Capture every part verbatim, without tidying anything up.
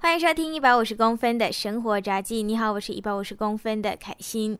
欢迎收听一百五十公分的生活札记。你好，我是一百五十公分的凯欣。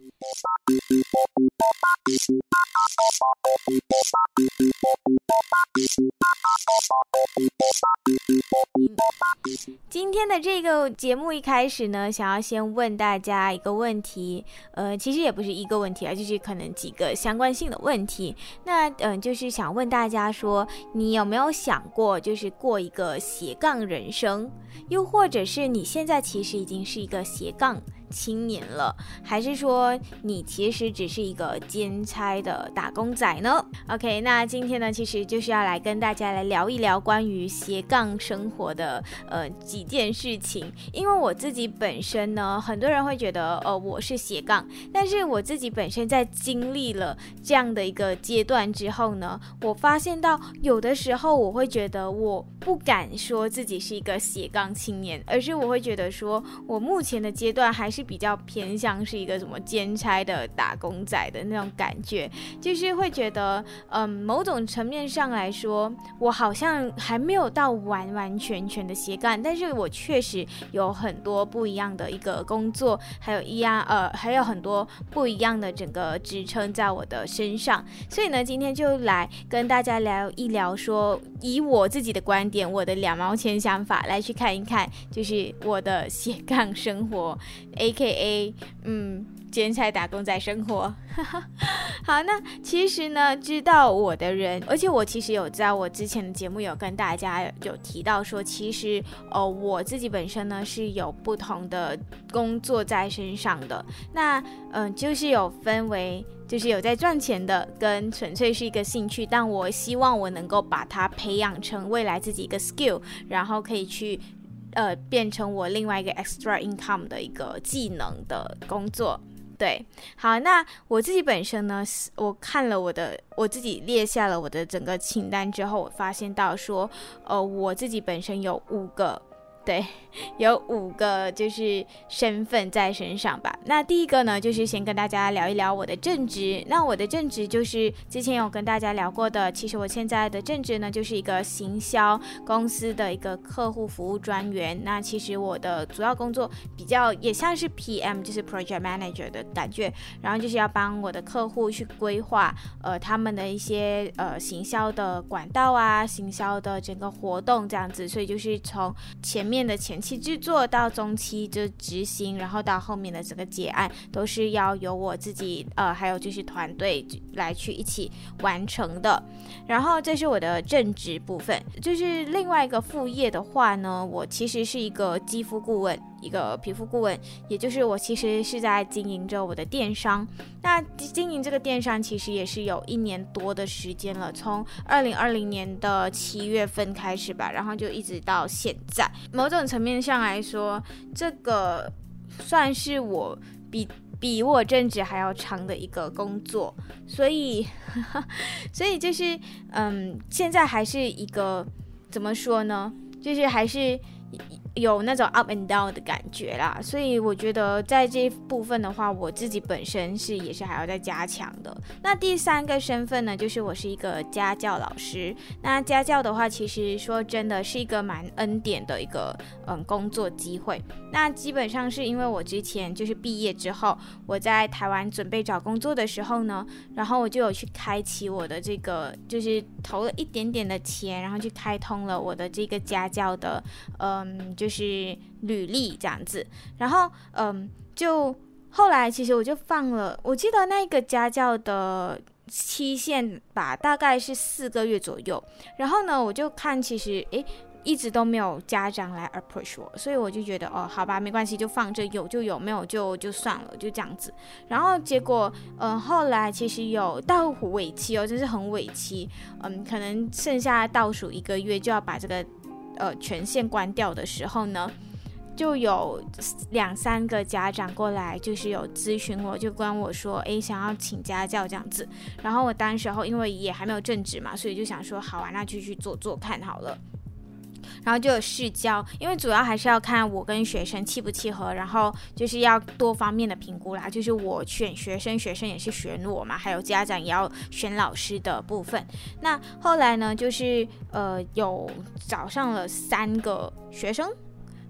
今天的这个节目一开始呢，想要先问大家一个问题，呃，其实也不是一个问题啊，就是可能几个相关性的问题。那嗯、呃，就是想问大家说，你有没有想过，就是过一个斜杠人生，又或者是你现在其实已经是一个斜杠青年了，还是说你其实只是一个兼差的打工仔呢 ？OK， 那今天呢，其实就是要来跟大家来聊一聊关于斜杠生活的呃几件事情。因为我自己本身呢，很多人会觉得呃我是斜杠，但是我自己本身在经历了这样的一个阶段之后呢，我发现到有的时候我会觉得我不敢说自己是一个斜杠青年，而是我会觉得说我目前的阶段还是比较偏向是一个什么兼差的打工仔的那种感觉，就是会觉得嗯，某种层面上来说我好像还没有到完完全全的斜杠，但是我确实有很多不一样的一个工作，还有一样呃还有很多不一样的整个职称在我的身上。所以呢，今天就来跟大家聊一聊说，以我自己的观点，我的两毛钱想法来去看一看，就是我的斜杠生活 A K A 嗯兼差打工仔生活好，那其实呢，知道我的人，而且我其实有在我之前的节目有跟大家有提到说，其实呃我自己本身呢是有不同的工作在身上的，那嗯、呃、就是有分为就是有在赚钱的，跟纯粹是一个兴趣，但我希望我能够把它培养成未来自己一个 skill， 然后可以去呃变成我另外一个 extra income 的一个技能的工作。对，好，那我自己本身呢，我看了我的，我自己列下了我的整个清单之后，我发现到说，呃，我自己本身有五个。对，有五个就是身份在身上吧。那第一个呢，就是先跟大家聊一聊我的正职。那我的正职就是之前有跟大家聊过的，其实我现在的正职呢，就是一个行销公司的一个客户服务专员。那其实我的主要工作比较也像是 P M， 就是 Project Manager 的感觉，然后就是要帮我的客户去规划呃他们的一些呃行销的管道啊，行销的整个活动这样子。所以就是从前面面的前期制作到中期就执行，然后到后面的整个结案都是要由我自己呃还有就是团队来去一起完成的。然后这是我的正职部分。就是另外一个副业的话呢，我其实是一个肌肤顾问，一个皮肤顾问，也就是我其实是在经营着我的电商。那经营这个电商其实也是有一年多的时间了，从二零二零年的七月份开始吧，然后就一直到现在。某种层面上来说，这个算是我比比我正职还要长的一个工作，所以所以就是嗯，现在还是一个怎么说呢，就是还是有那种 up and down 的感觉啦，所以我觉得在这一部分的话，我自己本身是也是还要再加强的。那第三个身份呢，就是我是一个家教老师。那家教的话，其实说真的是一个蛮恩典的一个嗯工作机会。那基本上是因为我之前就是毕业之后，我在台湾准备找工作的时候呢，然后我就有去开启我的这个，就是投了一点点的钱，然后去开通了我的这个家教的嗯就就是履历这样子。然后嗯，就后来其实我就放了，我记得那个家教的期限吧，大概是四个月左右。然后呢，我就看其实诶一直都没有家长来 approach 我，所以我就觉得哦，好吧，没关系，就放着，有就有，没有就就算了，就这样子。然后结果，嗯、呃，后来其实有到尾期哦，真是很尾期，嗯，可能剩下倒数一个月就要把这个呃权限关掉的时候呢，就有两三个家长过来，就是有咨询我，就跟我说，哎，想要请家教这样子。然后我当时候因为也还没有正职嘛，所以就想说，好啊，那就去做做看好了。然后就有试教，因为主要还是要看我跟学生契不契合，然后就是要多方面的评估啦，就是我选学生，学生也是选我嘛，还有家长也要选老师的部分。那后来呢，就是呃有找上了三个学生，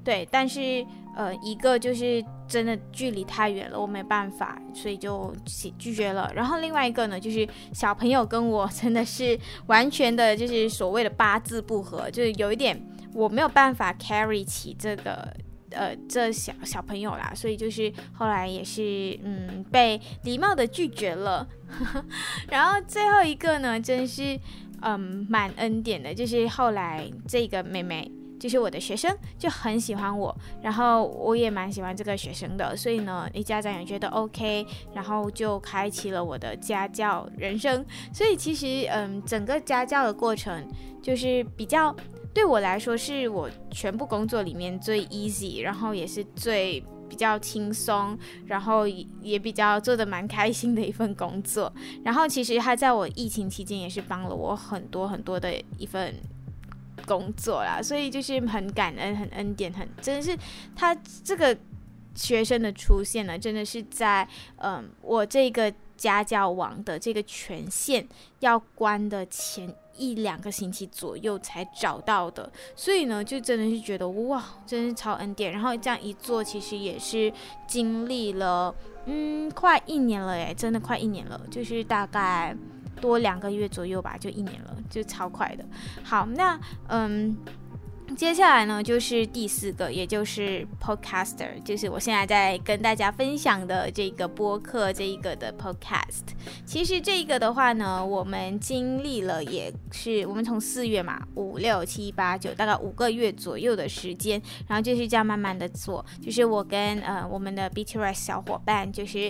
对，但是呃，一个就是真的距离太远了，我没办法，所以就拒绝了。然后另外一个呢，就是小朋友跟我真的是完全的，就是所谓的八字不合，就是有一点我没有办法 carry 起这个呃这小小朋友啦，所以就是后来也是嗯被礼貌的拒绝了。然后最后一个呢，真是嗯蛮恩典的，就是后来这个妹妹。就是我的学生就很喜欢我，然后我也蛮喜欢这个学生的，所以呢，家长也觉得 OK， 然后就开启了我的家教人生。所以其实，嗯，整个家教的过程就是比较对我来说是我全部工作里面最 easy， 然后也是最比较轻松，然后也比较做得蛮开心的一份工作。然后其实他在我疫情期间也是帮了我很多很多的一份工作啦，所以就是很感恩很恩典，很真的是他这个学生的出现呢，真的是在嗯我这个家教网的这个权限要关的前一两个星期左右才找到的，所以呢就真的是觉得哇真是超恩典。然后这样一做其实也是经历了嗯快一年了耶，真的快一年了，就是大概多两个月左右吧，就一年了，就超快的。好，那嗯，接下来呢就是第四个，也就是 podcaster， 就是我现在在跟大家分享的这个播客这一个的 podcast。其实这个的话呢，我们经历了也是，我们从四月嘛，五六七八九，大概五个月左右的时间，然后就是这样慢慢的做，就是我跟呃我们的 B T R S 小伙伴，就是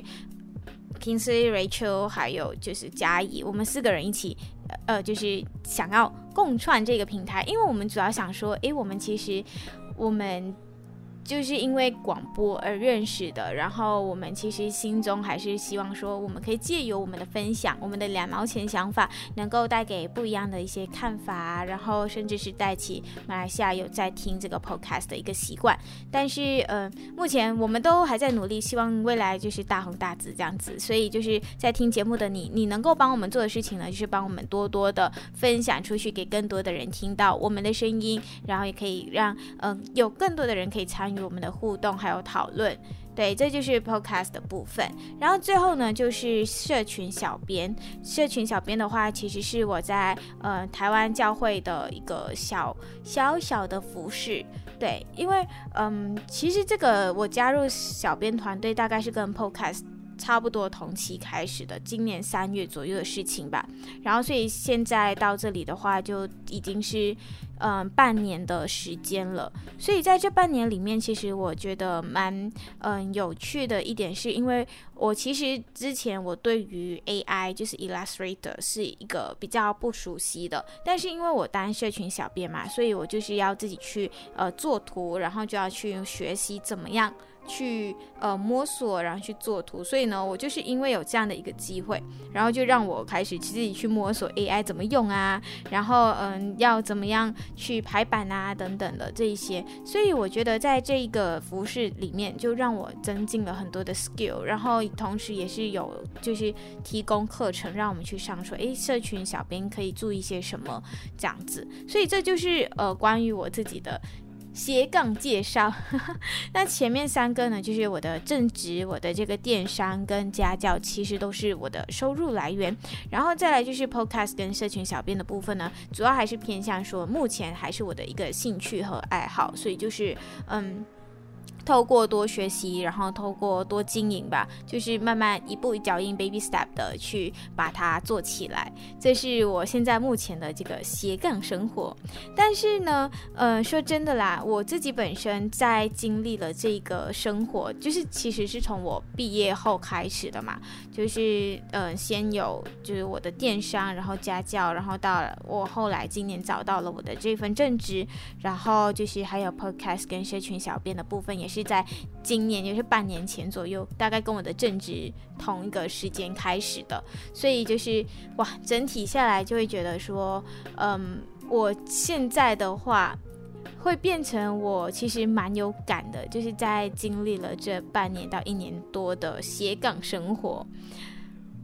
Kingsley、Rachel 还有就是嘉怡，我们四个人一起呃就是想要共创这个平台，因为我们主要想说诶我们其实我们就是因为广播而认识的，然后我们其实心中还是希望说我们可以借由我们的分享，我们的两毛钱想法能够带给不一样的一些看法，然后甚至是带起马来西亚有在听这个 podcast 的一个习惯。但是呃，目前我们都还在努力，希望未来就是大红大紫这样子，所以就是在听节目的你你能够帮我们做的事情呢，就是帮我们多多的分享出去，给更多的人听到我们的声音，然后也可以让呃有更多的人可以参与我们的互动还有讨论。对，这就是 podcast 的部分。然后最后呢就是社群小编。社群小编的话其实是我在呃台湾教会的一个小小小的服饰。对，因为嗯其实这个我加入小编团队大概是跟 podcast差不多同期开始的，今年三月左右的事情吧。然后所以现在到这里的话就已经是嗯半年的时间了。所以在这半年里面，其实我觉得蛮嗯有趣的一点是，因为我其实之前我对于 A I 就是 Illustrator 是一个比较不熟悉的，但是因为我当社群小编嘛，所以我就是要自己去呃做图，然后就要去学习怎么样去呃摸索，然后去做图。所以呢我就是因为有这样的一个机会，然后就让我开始自己去摸索 A I 怎么用啊，然后嗯要怎么样去排版啊等等的这一些。所以我觉得在这个服饰里面就让我增进了很多的 skill， 然后同时也是有就是提供课程让我们去上说诶社群小编可以注意些什么这样子。所以这就是呃关于我自己的斜杠介绍。那前面三个呢就是我的正职，我的这个电商跟家教其实都是我的收入来源。然后再来就是 podcast 跟社群小编的部分呢，主要还是偏向说目前还是我的一个兴趣和爱好，所以就是嗯透过多学习，然后透过多经营吧，就是慢慢一步一脚印 baby step 的去把它做起来。这是我现在目前的这个斜杠生活。但是呢呃，说真的啦，我自己本身在经历了这个生活，就是其实是从我毕业后开始的嘛，就是呃，先有就是我的电商，然后家教，然后到我后来今年找到了我的这份正职，然后就是还有 podcast 跟社群小编的部分也是是在今年也是半年前左右，大概跟我的正职同一个时间开始的。所以就是哇，整体下来就会觉得说嗯，我现在的话会变成我其实蛮有感的，就是在经历了这半年到一年多的斜杠生活。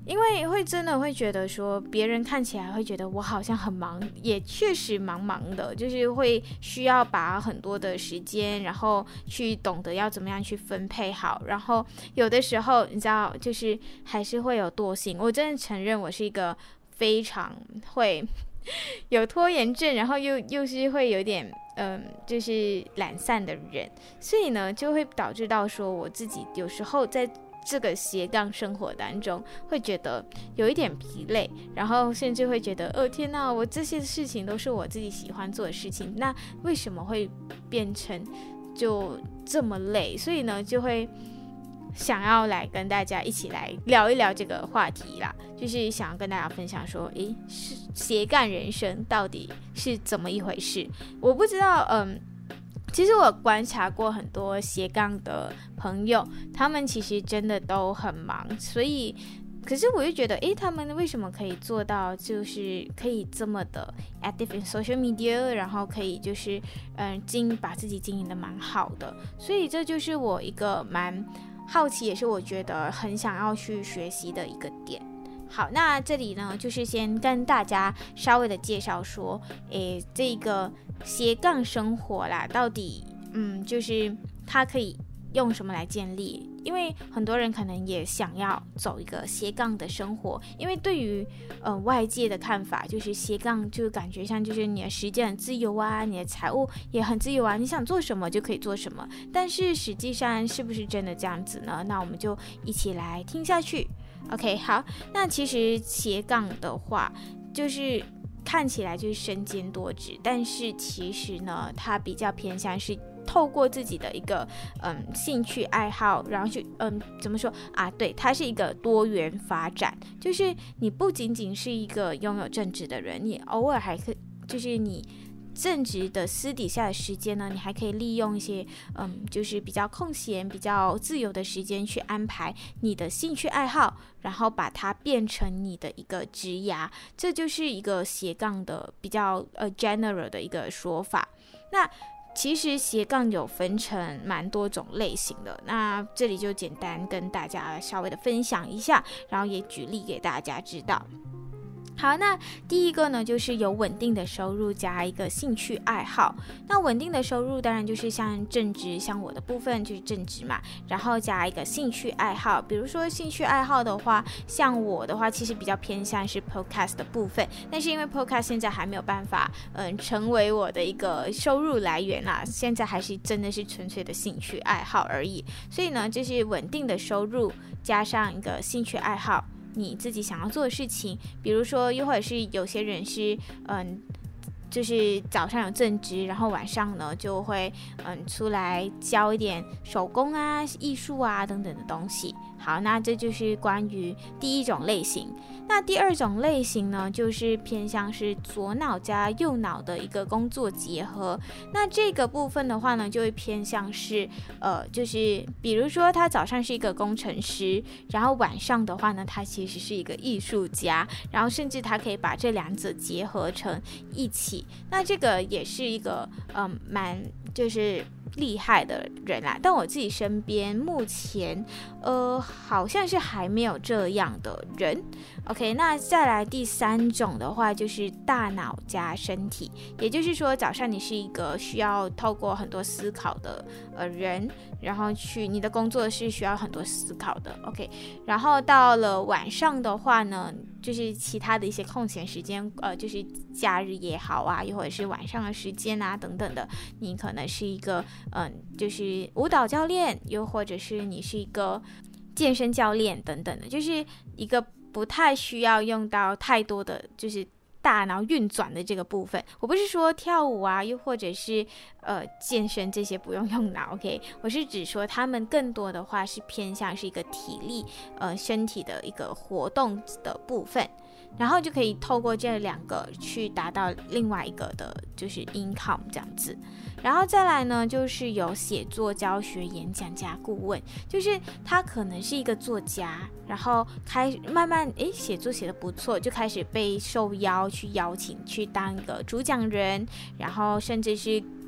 因为会真的会觉得说，别人看起来会觉得我好像很忙，也确实忙忙的，就是会需要把很多的时间，然后去懂得要怎么样去分配好，然后有的时候你知道，就是还是会有惰性。我真的承认我是一个非常会有拖延症，然后又又是会有点嗯，就是懒散的人，所以呢，就会导致到说我自己有时候在这个斜杠生活当中会觉得有一点疲累，然后甚至会觉得哦天哪，我这些事情都是我自己喜欢做的事情，那为什么会变成就这么累？所以呢就会想要来跟大家一起来聊一聊这个话题啦，就是想要跟大家分享说，诶，斜杠人生到底是怎么一回事？我不知道，嗯其实我观察过很多斜杠的朋友，他们其实真的都很忙，所以可是我就觉得，诶，他们为什么可以做到，就是可以这么的 active in social media， 然后可以就是嗯经把自己经营的蛮好的，所以这就是我一个蛮好奇，也是我觉得很想要去学习的一个点。好，那这里呢，就是先跟大家稍微的介绍说，诶，这个斜杠生活啦，到底，嗯，就是它可以用什么来建立？因为很多人可能也想要走一个斜杠的生活，因为对于呃外界的看法，就是斜杠就感觉像就是你的时间很自由啊，你的财务也很自由啊，你想做什么就可以做什么。但是实际上是不是真的这样子呢？那我们就一起来听下去。OK， 好，那其实斜杠的话，就是看起来就是身兼多职，但是其实呢，它比较偏向是透过自己的一个嗯兴趣爱好，然后去嗯怎么说啊？对，它是一个多元发展，就是你不仅仅是一个拥有正职的人，你偶尔还可以，就是你正职的私底下的时间呢，你还可以利用一些嗯，就是比较空闲、比较自由的时间去安排你的兴趣爱好，然后把它变成你的一个职涯，这就是一个斜杠的比较呃 general 的一个说法。那其实斜杠有分成蛮多种类型的，那这里就简单跟大家稍微的分享一下，然后也举例给大家知道。好，那第一个呢，就是有稳定的收入加一个兴趣爱好。那稳定的收入当然就是像正职，像我的部分就是正职嘛，然后加一个兴趣爱好。比如说兴趣爱好的话，像我的话，其实比较偏向是 podcast 的部分，但是因为 podcast 现在还没有办法，嗯，成为我的一个收入来源啦，现在还是真的是纯粹的兴趣爱好而已。所以呢，就是稳定的收入加上一个兴趣爱好。你自己想要做的事情，比如说又或者是有些人是嗯就是早上有正职，然后晚上呢就会嗯出来教一点手工啊、艺术啊等等的东西。好，那这就是关于第一种类型。那第二种类型呢，就是偏向是左脑加右脑的一个工作结合。那这个部分的话呢，就会偏向是呃，就是比如说他早上是一个工程师，然后晚上的话呢，他其实是一个艺术家，然后甚至他可以把这两者结合成一起。那这个也是一个嗯蛮就是厉害的人啦，但我自己身边目前呃好像是还没有这样的人。 OK， 那再来第三种的话就是大脑加身体，也就是说早上你是一个需要透过很多思考的呃人，然后去你的工作是需要很多思考的 OK， 然后到了晚上的话呢，就是其他的一些空闲时间，呃，就是假日也好啊，又或者是晚上的时间啊等等的，你可能是一个嗯、呃，就是舞蹈教练，又或者是你是一个健身教练等等的，就是一个不太需要用到太多的就是大脑运转的这个部分。我不是说跳舞啊，又或者是呃健身这些不用用脑 OK， 我是指说他们更多的话是偏向是一个体力呃身体的一个活动的部分，然后就可以透过这两个去达到另外一个的就是 income 这样子。然后再来呢，就是有写作、教学、演讲加顾问，就是他可能是一个作家，然后开慢慢诶写作写得不错，就开始被受邀去邀请去当一个主讲人，然后甚至是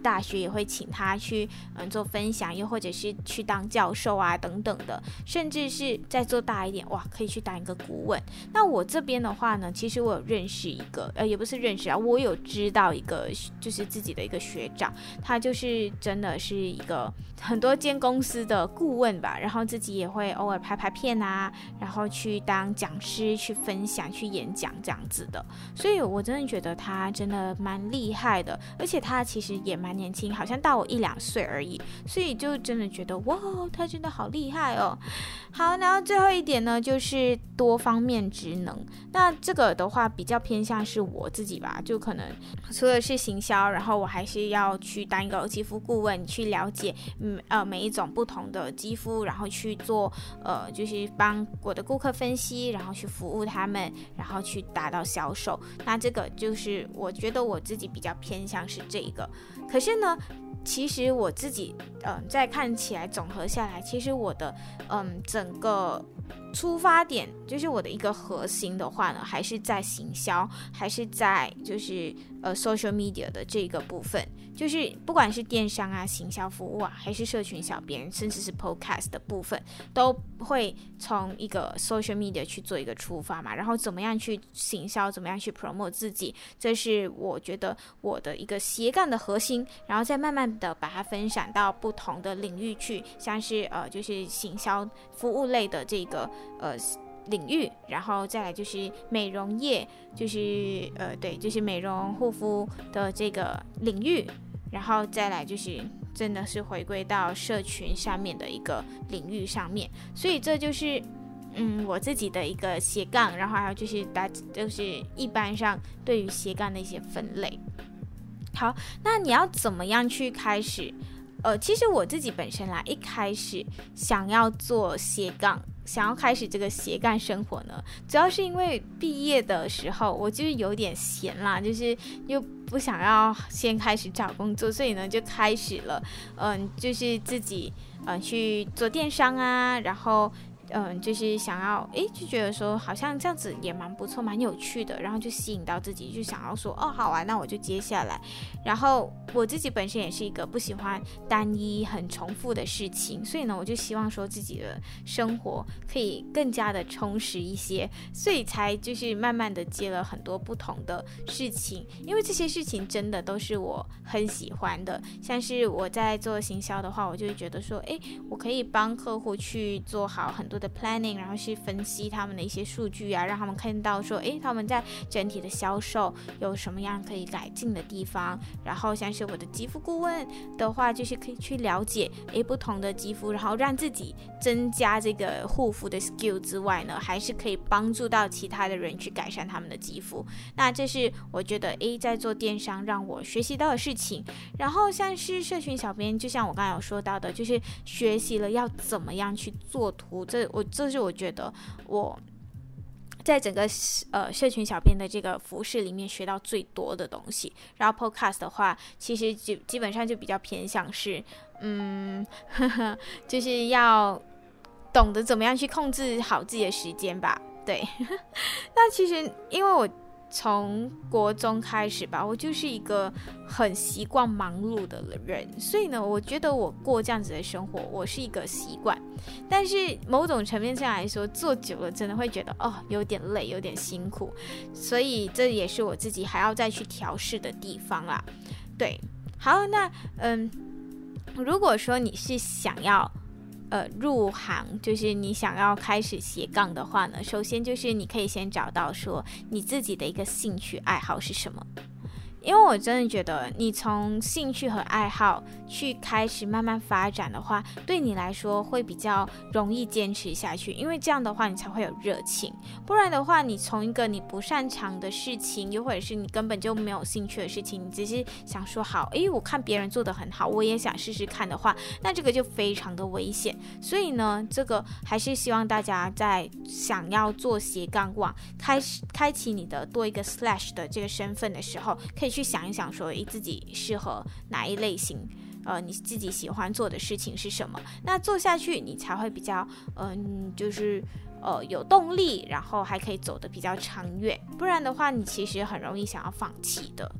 大学也会请他去嗯做分享，又或者是去当教授啊等等的，甚至是再做大一点，哇，可以去当一个顾问。那我这边的话呢，其实我有认识一个，呃，也不是认识啊，我有知道一个，就是自己的一个学长，他就是真的是一个很多间公司的顾问吧，然后自己也会偶尔拍拍片啊，然后去当讲师，去分享，去演讲这样子的。所以我真的觉得他真的蛮厉害的，而且他其实也蛮年轻，好像大我一两岁而已，所以就真的觉得哇，他真的好厉害哦。好，然后最后一点呢，就是多方面职能。那这个的话比较偏向是我自己吧，就可能除了是行销，然后我还是要去当一个肌肤顾问，去了解嗯呃每一种不同的肌肤，然后去做呃就是帮我的顾客分析，然后去服务他们，然后去达到销售。那这个就是我觉得我自己比较偏向是这个。可是呢，其实我自己嗯、呃、再看起来总合下来，其实我的嗯整个出发点就是我的一个核心的话呢，还是在行销，还是在就是呃 social media 的这个部分，就是不管是电商啊、行销服务啊，还是社群小编，甚至是 podcast 的部分，都会从一个 social media 去做一个出发嘛，然后怎么样去行销，怎么样去 promote 自己，这是我觉得我的一个斜杠的核心，然后再慢慢的把它分享到不同的领域去，像是呃就是行销服务类的这个呃领域，然后再来就是美容业，就是呃对，就是美容护肤的这个领域，然后再来就是真的是回归到社群上面的一个领域上面，所以这就是嗯我自己的一个斜杠，然后还有就是大就是一般上对于斜杠的一些分类。好，那你要怎么样去开始？呃，其实我自己本身啦，一开始想要做斜杠，想要开始这个斜杠生活呢，主要是因为毕业的时候我就是有点闲啦，就是又不想要先开始找工作，所以呢就开始了，嗯、呃，就是自己嗯、呃、去做电商啊，然后。嗯，就是想要，诶，就觉得说好像这样子也蛮不错，蛮有趣的，然后就吸引到自己，就想要说，哦，好啊，那我就接下来。然后我自己本身也是一个不喜欢单一、很重复的事情，所以呢，我就希望说自己的生活可以更加的充实一些，所以才就是慢慢的接了很多不同的事情，因为这些事情真的都是我很喜欢的。像是我在做行销的话，我就会觉得说，诶，我可以帮客户去做好很多的 planning， 然后去分析他们的一些数据啊，让他们看到说，诶，他们在整体的销售有什么样可以改进的地方。然后像是我的肌肤顾问的话，就是可以去了解，诶，不同的肌肤，然后让自己增加这个护肤的 skill 之外呢，还是可以帮助到其他的人去改善他们的肌肤。那这是我觉得，诶，在做电商让我学习到的事情。然后像是社群小编，就像我刚才有说到的，就是学习了要怎么样去做图，这我这是我觉得我在整个呃社群小编的这个服饰里面学到最多的东西。然后 podcast 的话，其实就基本上就比较偏向是，嗯，呵呵，就是要懂得怎么样去控制好自己的时间吧。对，那其实因为我从国中开始吧，我就是一个很习惯忙碌的人，所以呢，我觉得我过这样子的生活，我是一个习惯。但是某种层面上来说，做久了真的会觉得哦，有点累，有点辛苦，所以这也是我自己还要再去调试的地方啦。对，好，那嗯，如果说你是想要呃，入行，就是你想要开始斜杠的话呢，首先就是你可以先找到说你自己的一个兴趣爱好是什么。因为我真的觉得你从兴趣和爱好去开始慢慢发展的话，对你来说会比较容易坚持下去，因为这样的话你才会有热情。不然的话，你从一个你不擅长的事情，又或者是你根本就没有兴趣的事情，你只是想说好，诶，我看别人做得很好，我也想试试看的话，那这个就非常的危险。所以呢，这个还是希望大家在想要做斜杠网开始开启你的多一个 slash 的这个身份的时候，可以去想一想说，诶，自己适合哪一类型，呃，你自己喜欢做的事情是什么？那做下去你才会比较，嗯、呃，就是呃有动力，然后还可以走得比较长远。不然的话，你其实很容易想要放弃的。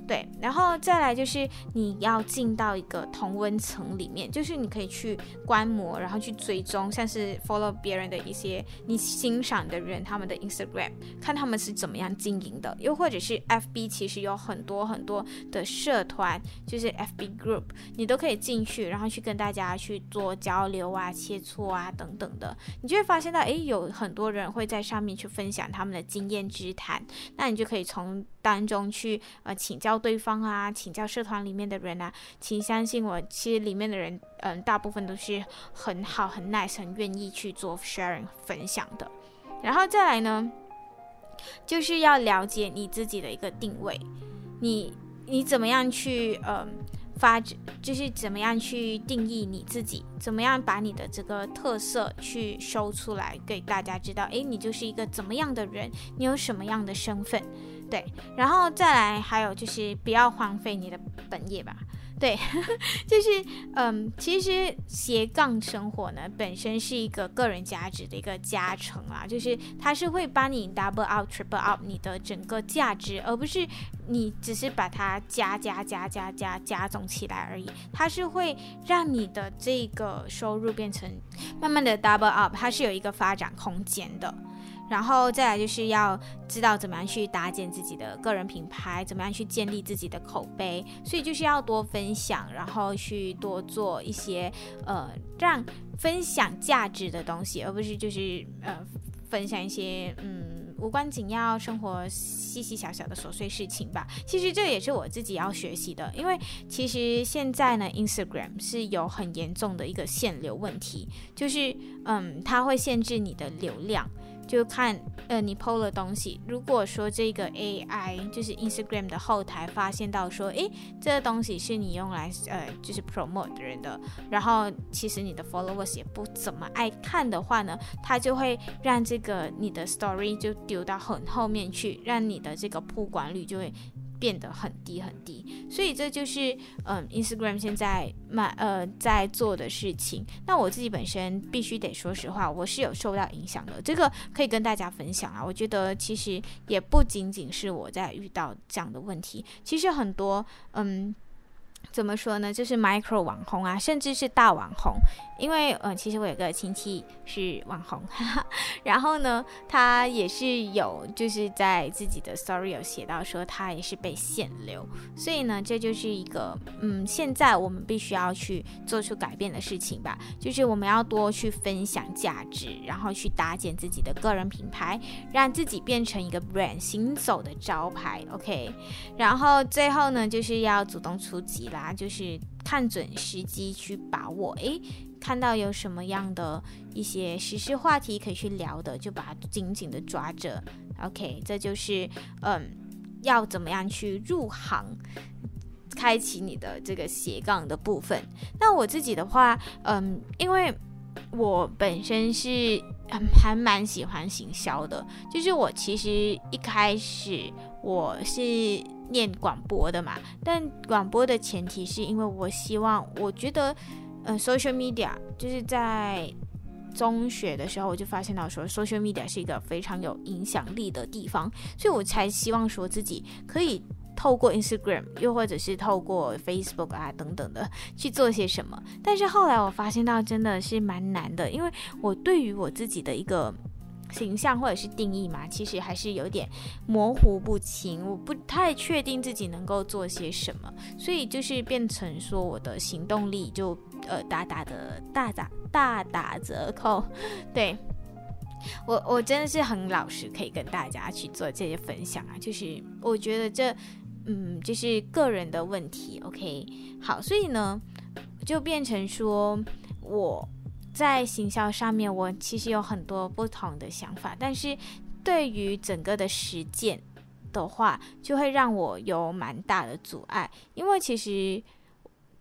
对，然后再来就是你要进到一个同温层里面，就是你可以去观摩，然后去追踪，像是 follow 别人的一些你欣赏的人，他们的 Instagram， 看他们是怎么样经营的，又或者是 F B 其实有很多很多的社团，就是 F B group， 你都可以进去，然后去跟大家去做交流啊、切磋啊等等的，你就会发现到，诶，有很多人会在上面去分享他们的经验之谈，那你就可以从当中去呃请教对方啊，请教社团里面的人啊，请相信我，其实里面的人嗯大部分都是很好、很 nice、很愿意去做 sharing 分享的。然后再来呢，就是要了解你自己的一个定位，你你怎么样去嗯发展，就是怎么样去定义你自己，怎么样把你的这个特色去show出来给大家知道，诶，你就是一个怎么样的人，你有什么样的身份，对，然后再来还有就是不要荒废你的本业吧，对，就是嗯，其实斜杠生活呢本身是一个个人价值的一个加成啦，就是它是会帮你 double up triple up 你的整个价值，而不是你只是把它加加加加加加总起来而已，它是会让你的这个收入变成慢慢的 double up， 它是有一个发展空间的。然后再来就是要知道怎么样去搭建自己的个人品牌，怎么样去建立自己的口碑，所以就是要多分享，然后去多做一些呃让分享价值的东西，而不是就是呃分享一些嗯无关紧要生活细细小小的琐碎事情吧。其实这也是我自己要学习的，因为其实现在呢 Instagram 是有很严重的一个限流问题，就是嗯它会限制你的流量，就看呃你 po 了东西，如果说这个 A I 就是 Instagram 的后台发现到说，诶，这个东西是你用来呃就是 promote 的人的，然后其实你的 followers 也不怎么爱看的话呢，它就会让这个你的 story 就丢到很后面去，让你的这个曝光率就会变得很低很低，所以这就是嗯 Instagram 现在呃在做的事情。那我自己本身必须得说实话，我是有受到影响的，这个可以跟大家分享啊。我觉得其实也不仅仅是我在遇到这样的问题，其实很多嗯怎么说呢，就是 micro 网红啊，甚至是大网红，因为呃，其实我有个亲戚是网红，哈哈，然后呢，他也是有就是在自己的 story 有写到说他也是被限流，所以呢，这就是一个嗯，现在我们必须要去做出改变的事情吧，就是我们要多去分享价值，然后去搭建自己的个人品牌，让自己变成一个 brand 行走的招牌 ，OK， 然后最后呢，就是要主动出击啦。就是看准时机去把握，诶，看到有什么样的一些时事话题可以去聊的，就把它紧紧的抓着。OK， 这就是嗯，要怎么样去入行，开启你的这个斜杠的部分。那我自己的话，嗯，因为我本身是嗯还蛮喜欢行销的，就是我其实一开始我是念广播的嘛，但广播的前提是因为我希望，我觉得呃 social media 就是在中学的时候我就发现到说 social media 是一个非常有影响力的地方，所以我才希望说自己可以透过 Instagram 又或者是透过 Facebook 啊等等的去做些什么，但是后来我发现到真的是蛮难的，因为我对于我自己的一个形象或者是定义嘛，其实还是有点模糊不清，我不太确定自己能够做些什么，所以就是变成说我的行动力就呃大大的大打大打折扣。对，我我真的是很老实可以跟大家去做这些分享啊，就是我觉得这嗯就是个人的问题 OK 好，所以呢就变成说我在行销上面我其实有很多不同的想法，但是对于整个的实践的话就会让我有蛮大的阻碍，因为其实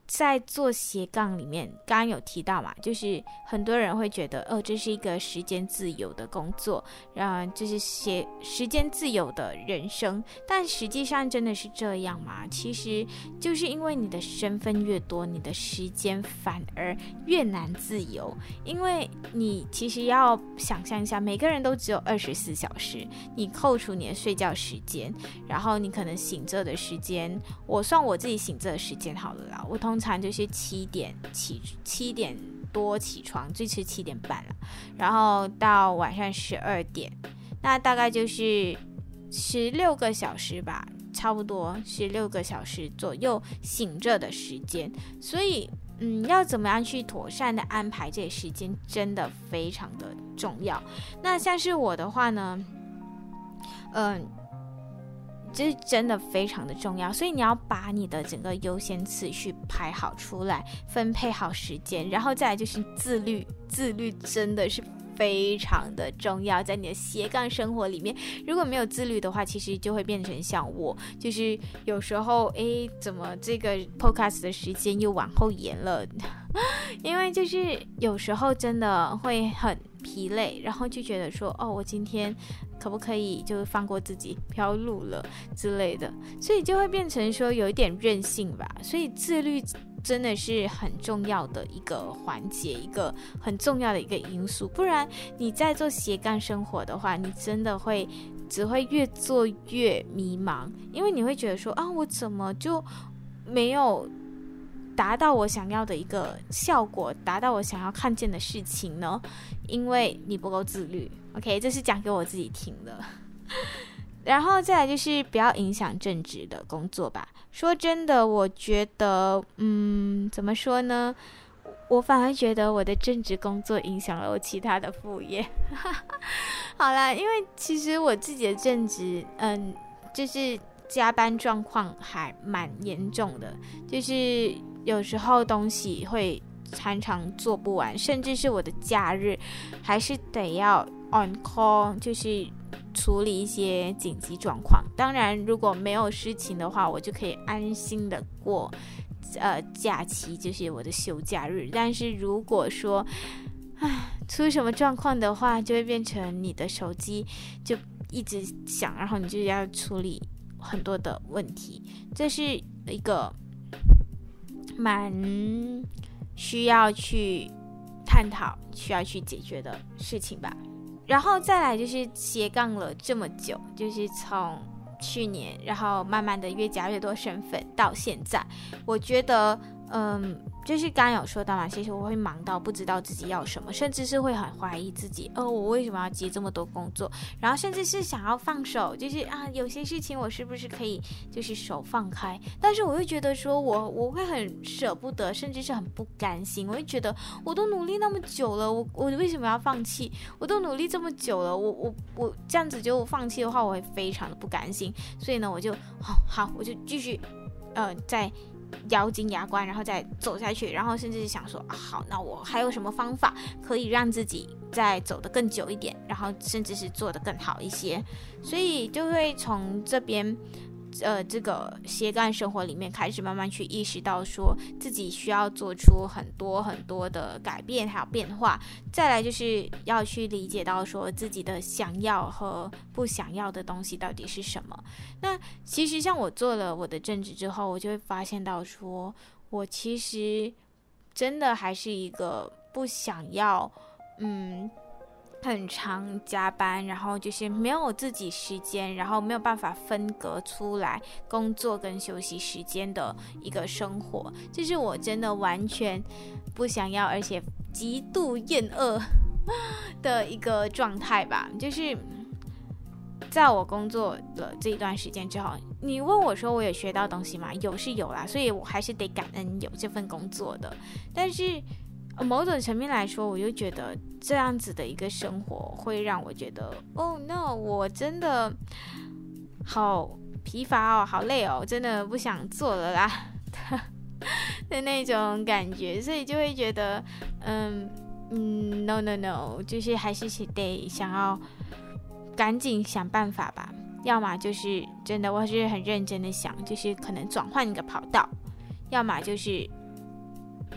在做斜杠里面，刚刚有提到嘛，就是很多人会觉得，哦，这是一个时间自由的工作，然后就是写时间自由的人生。但实际上真的是这样吗？其实就是因为你的身份越多，你的时间反而越难自由。因为你其实要想象一下，每个人都只有二十四小时，你扣除你的睡觉时间，然后你可能醒着的时间，我算我自己醒着的时间好了啦，我通常就是七点起，七点多起床，最迟七点半了，然后到晚上十二点，那大概就是十六个小时吧，差不多十六个小时左右醒着的时间。所以，嗯，要怎么样去妥善的安排这些时间，真的非常的重要。那像是我的话呢，嗯、呃。这是真的非常的重要，所以你要把你的整个优先次序排好出来，分配好时间，然后再来就是自律，自律真的是非常的重要，在你的斜杠生活里面，如果没有自律的话，其实就会变成像我，就是有时候诶，怎么这个 podcast 的时间又往后延了因为就是有时候真的会很疲累，然后就觉得说，哦，我今天可不可以就放过自己，不要录了之类的，所以就会变成说有一点任性吧。所以自律真的是很重要的一个环节，一个很重要的一个因素，不然你在做斜杠生活的话，你真的会只会越做越迷茫，因为你会觉得说，啊，我怎么就没有达到我想要的一个效果，达到我想要看见的事情呢？因为你不够自律。 OK， 这是讲给我自己听的然后再来就是不要影响正职的工作吧。说真的，我觉得嗯，怎么说呢，我反而觉得我的正职工作影响了我其他的副业好啦，因为其实我自己的正职嗯，就是加班状况还蛮严重的，就是有时候东西会常常做不完，甚至是我的假日还是得要 on call， 就是处理一些紧急状况。当然如果没有事情的话，我就可以安心的过呃假期，就是我的休假日。但是如果说唉出什么状况的话，就会变成你的手机就一直响，然后你就要处理很多的问题，这是一个蛮需要去探讨、需要去解决的事情吧。然后再来就是斜杠了这么久，就是从去年，然后慢慢的越加越多身份到现在，我觉得嗯，就是刚刚有说到嘛，其实我会忙到不知道自己要什么，甚至是会很怀疑自己，哦，我为什么要接这么多工作，然后甚至是想要放手，就是啊，有些事情我是不是可以就是手放开，但是我会觉得说我我会很舍不得，甚至是很不甘心，我会觉得我都努力那么久了，我我为什么要放弃？我都努力这么久了，我我我这样子就放弃的话，我会非常的不甘心，所以呢，我就好好，我就继续呃在。咬紧牙关，然后再走下去，然后甚至是想说、啊、好，那我还有什么方法可以让自己再走得更久一点，然后甚至是做得更好一些，所以就会从这边呃这个斜杠生活里面开始慢慢去意识到说自己需要做出很多很多的改变还有变化，再来就是要去理解到说自己的想要和不想要的东西到底是什么。那其实像我做了我的正职之后，我就会发现到说我其实真的还是一个不想要嗯很常加班，然后就是没有自己时间，然后没有办法分隔出来工作跟休息时间的一个生活，这是我真的完全不想要而且极度厌恶的一个状态吧。就是在我工作了这一段时间之后，你问我说我有学到东西吗？有是有啦，所以我还是得感恩有这份工作的，但是某种层面来说，我就觉得这样子的一个生活会让我觉得 Oh no， 我真的好疲乏哦，好累哦，真的不想做了啦的那种感觉，所以就会觉得嗯嗯 no no no， 就是还是得想要赶紧想办法吧，要么就是真的我是很认真的想，就是可能转换一个跑道，要么就是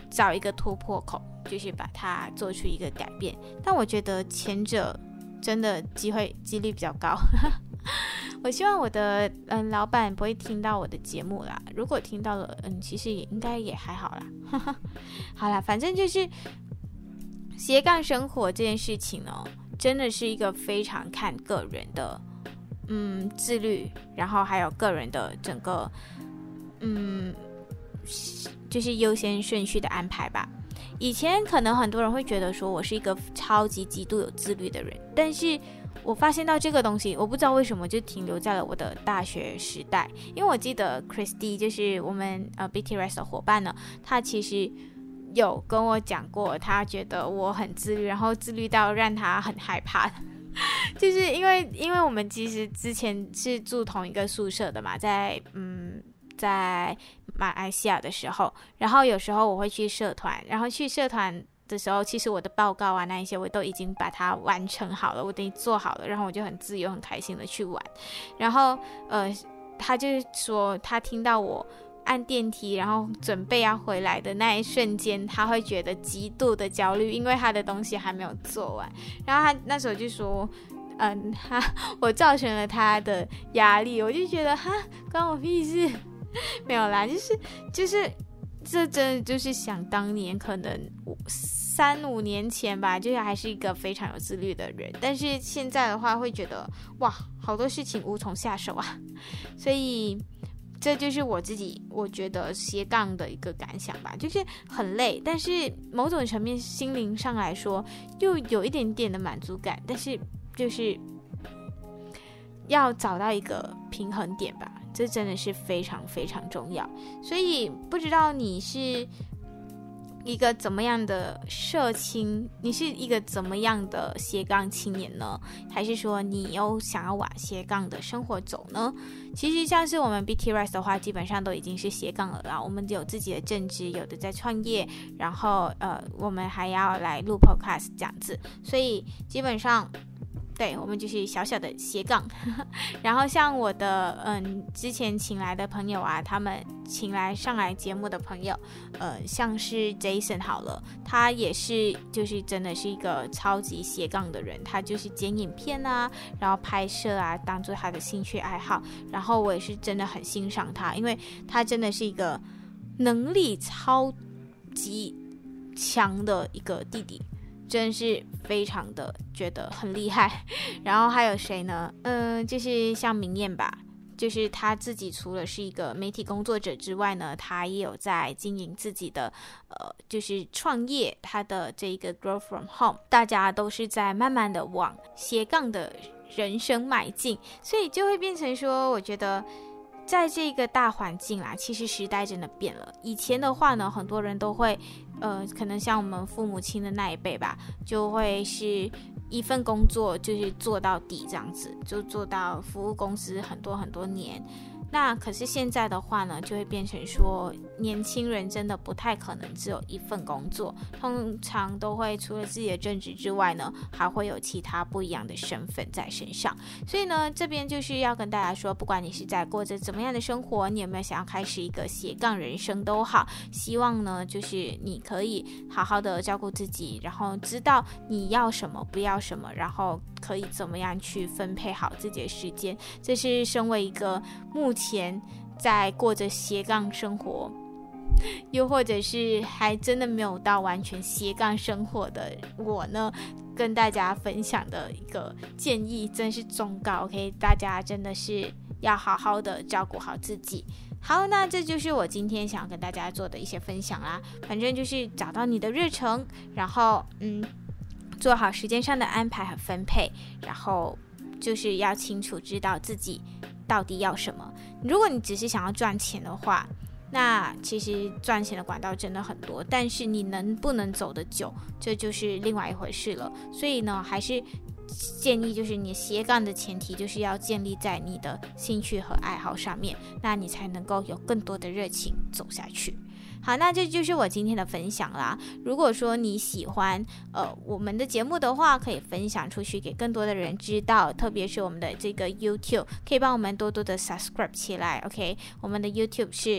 找一个突破口，就是把它做出一个改变。但我觉得前者真的机会几率比较高。我希望我的嗯老板不会听到我的节目啦，如果听到了，嗯，其实也应该也还好啦。好啦，反正就是斜杠生活这件事情呢，真的是一个非常看个人的嗯自律，然后还有个人的整个嗯就是优先顺序的安排吧。以前可能很多人会觉得说我是一个超级极度有自律的人，但是我发现到这个东西，我不知道为什么就停留在了我的大学时代。因为我记得 Christy 就是我们呃 B T Rest 的伙伴呢，他其实有跟我讲过，他觉得我很自律，然后自律到让他很害怕。就是因为因为我们其实之前是住同一个宿舍的嘛，在嗯在马来西亚的时候，然后有时候我会去社团，然后去社团的时候，其实我的报告啊那一些我都已经把它完成好了，我都已经做好了，然后我就很自由很开心的去玩。然后呃他就说他听到我按电梯然后准备要回来的那一瞬间，他会觉得极度的焦虑，因为他的东西还没有做完。然后他那时候就说嗯，他我造成了他的压力，我就觉得哈关我屁事。没有啦，就是就是这真的就是想当年可能三五年前吧，就是还是一个非常有自律的人，但是现在的话会觉得哇好多事情无从下手啊。所以这就是我自己我觉得斜杠的一个感想吧，就是很累，但是某种层面心灵上来说又有一点点的满足感，但是就是要找到一个平衡点吧，这真的是非常非常重要。所以不知道你是一个怎么样的社青，你是一个怎么样的斜杠青年呢？还是说你又想要往斜杠的生活走呢？其实像是我们 B T Rest 的话，基本上都已经是斜杠了啦。我们有自己的正职，有的在创业，然后呃，我们还要来录 podcast 这样子，所以基本上对，我们就是小小的斜杠。然后像我的嗯之前请来的朋友啊，他们请来上来节目的朋友，呃像是 Jason 好了，他也是就是真的是一个超级斜杠的人，他就是剪影片啊，然后拍摄啊，当做他的兴趣爱好。然后我也是真的很欣赏他，因为他真的是一个能力超级强的一个弟弟，真是非常的觉得很厉害。然后还有谁呢？嗯，就是像明艳吧，就是他自己除了是一个媒体工作者之外呢，他也有在经营自己的呃，就是创业，他的这个 Grow From Home， 大家都是在慢慢的往斜杠的人生迈进，所以就会变成说，我觉得在这个大环境啦，其实时代真的变了。以前的话呢，很多人都会呃，可能像我们父母亲的那一辈吧，就会是一份工作就是做到底这样子，就做到服务公司很多很多年。那可是现在的话呢，就会变成说年轻人真的不太可能只有一份工作，通常都会除了自己的正职之外呢，还会有其他不一样的身份在身上。所以呢，这边就是要跟大家说，不管你是在过着怎么样的生活，你有没有想要开始一个斜杠人生都好，希望呢就是你可以好好的照顾自己，然后知道你要什么不要什么，然后可以怎么样去分配好自己的时间。这是身为一个目前在过着斜杠生活，又或者是还真的没有到完全斜杠生活的我呢，跟大家分享的一个建议，真是忠告 OK， 大家真的是要好好的照顾好自己。好，那这就是我今天想要跟大家做的一些分享啦。反正就是找到你的热忱，然后嗯做好时间上的安排和分配，然后就是要清楚知道自己到底要什么。如果你只是想要赚钱的话，那其实赚钱的管道真的很多，但是你能不能走得久，这就是另外一回事了。所以呢，还是建议就是你斜杠的前提就是要建立在你的兴趣和爱好上面，那你才能够有更多的热情走下去。好，那这就是我今天的分享啦。如果说你喜欢呃我们的节目的话，可以分享出去给更多的人知道，特别是我们的这个 YouTube， 可以帮我们多多的 subscribe 起来 OK， 我们的 YouTube 是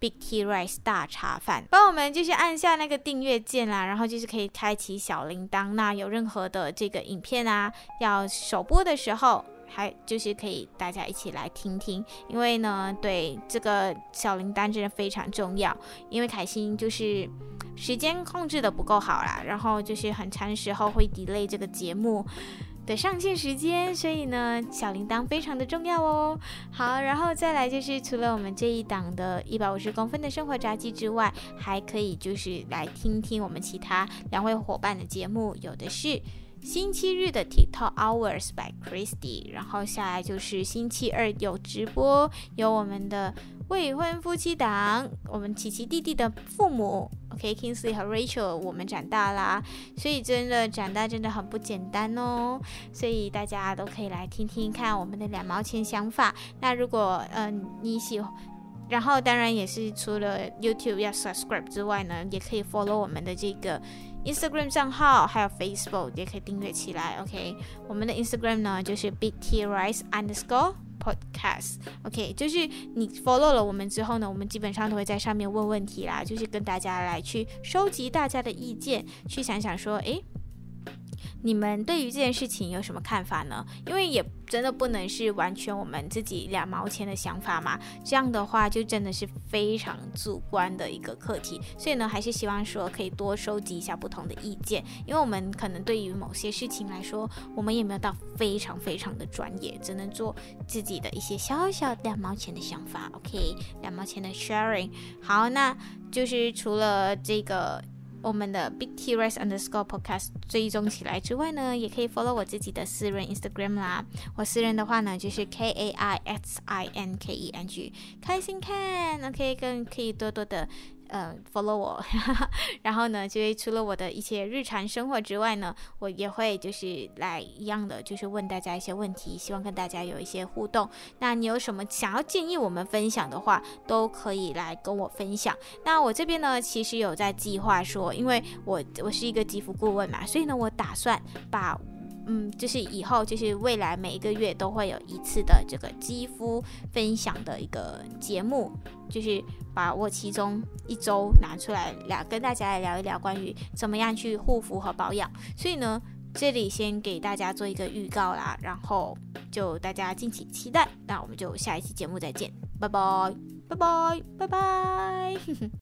Big Tea Rice 大茶饭，帮我们就是按下那个订阅键啦，然后就是可以开启小铃铛，那有任何的这个影片啊要首播的时候，还就是可以大家一起来听听，因为呢对这个小铃铛真的非常重要，因为凯欣就是时间控制的不够好啦，然后就是很长时候会 delay 这个节目的上线时间，所以呢小铃铛非常的重要哦。好，然后再来就是除了我们这一档的一百五十公分的生活杂技之外，还可以就是来听听我们其他两位伙伴的节目，有的是星期日的 TikTok Hours by Christy， 然后下来就是星期二有直播，有我们的未婚夫妻档，我们琪琪弟弟的父母 OK Kingsley 和 Rachel 我们长大啦，所以真的长大真的很不简单哦，所以大家都可以来听听看我们的两毛钱想法。那如果呃你喜欢，然后当然也是除了 YouTube 要 subscribe 之外呢，也可以 follow 我们的这个Instagram 账号，还有 Facebook 也可以订阅起来 OK， 我们的 Instagram 呢就是 Big Tea Rice underscore podcast OK， 就是你 follow 了我们之后呢，我们基本上都会在上面问问题啦，就是跟大家来去收集大家的意见，去想想说诶你们对于这件事情有什么看法呢？因为也真的不能是完全我们自己两毛钱的想法嘛，这样的话就真的是非常主观的一个课题，所以呢还是希望说可以多收集一下不同的意见，因为我们可能对于某些事情来说，我们也没有到非常非常的专业，只能做自己的一些小小两毛钱的想法 OK， 两毛钱的 sharing。 好，那就是除了这个我们的 Big Tea Rice underscore podcast 追踪起来之外呢，也可以 follow 我自己的私人 Instagram 啦。我私人的话呢就是 K A I X I N K E N G 开心看 OK， 更可以多多的呃 follow 我然后呢就是除了我的一些日常生活之外呢，我也会就是来一样的就是问大家一些问题，希望跟大家有一些互动。那你有什么想要建议我们分享的话，都可以来跟我分享。那我这边呢其实有在计划说，因为我我是一个肌肤顾问嘛，所以呢我打算把嗯，就是以后就是未来每一个月都会有一次的这个肌肤分享的一个节目，就是把我其中一周拿出来聊，跟大家来聊一聊关于怎么样去护肤和保养。所以呢这里先给大家做一个预告啦，然后就大家敬请期待。那我们就下一期节目再见，拜拜拜拜拜拜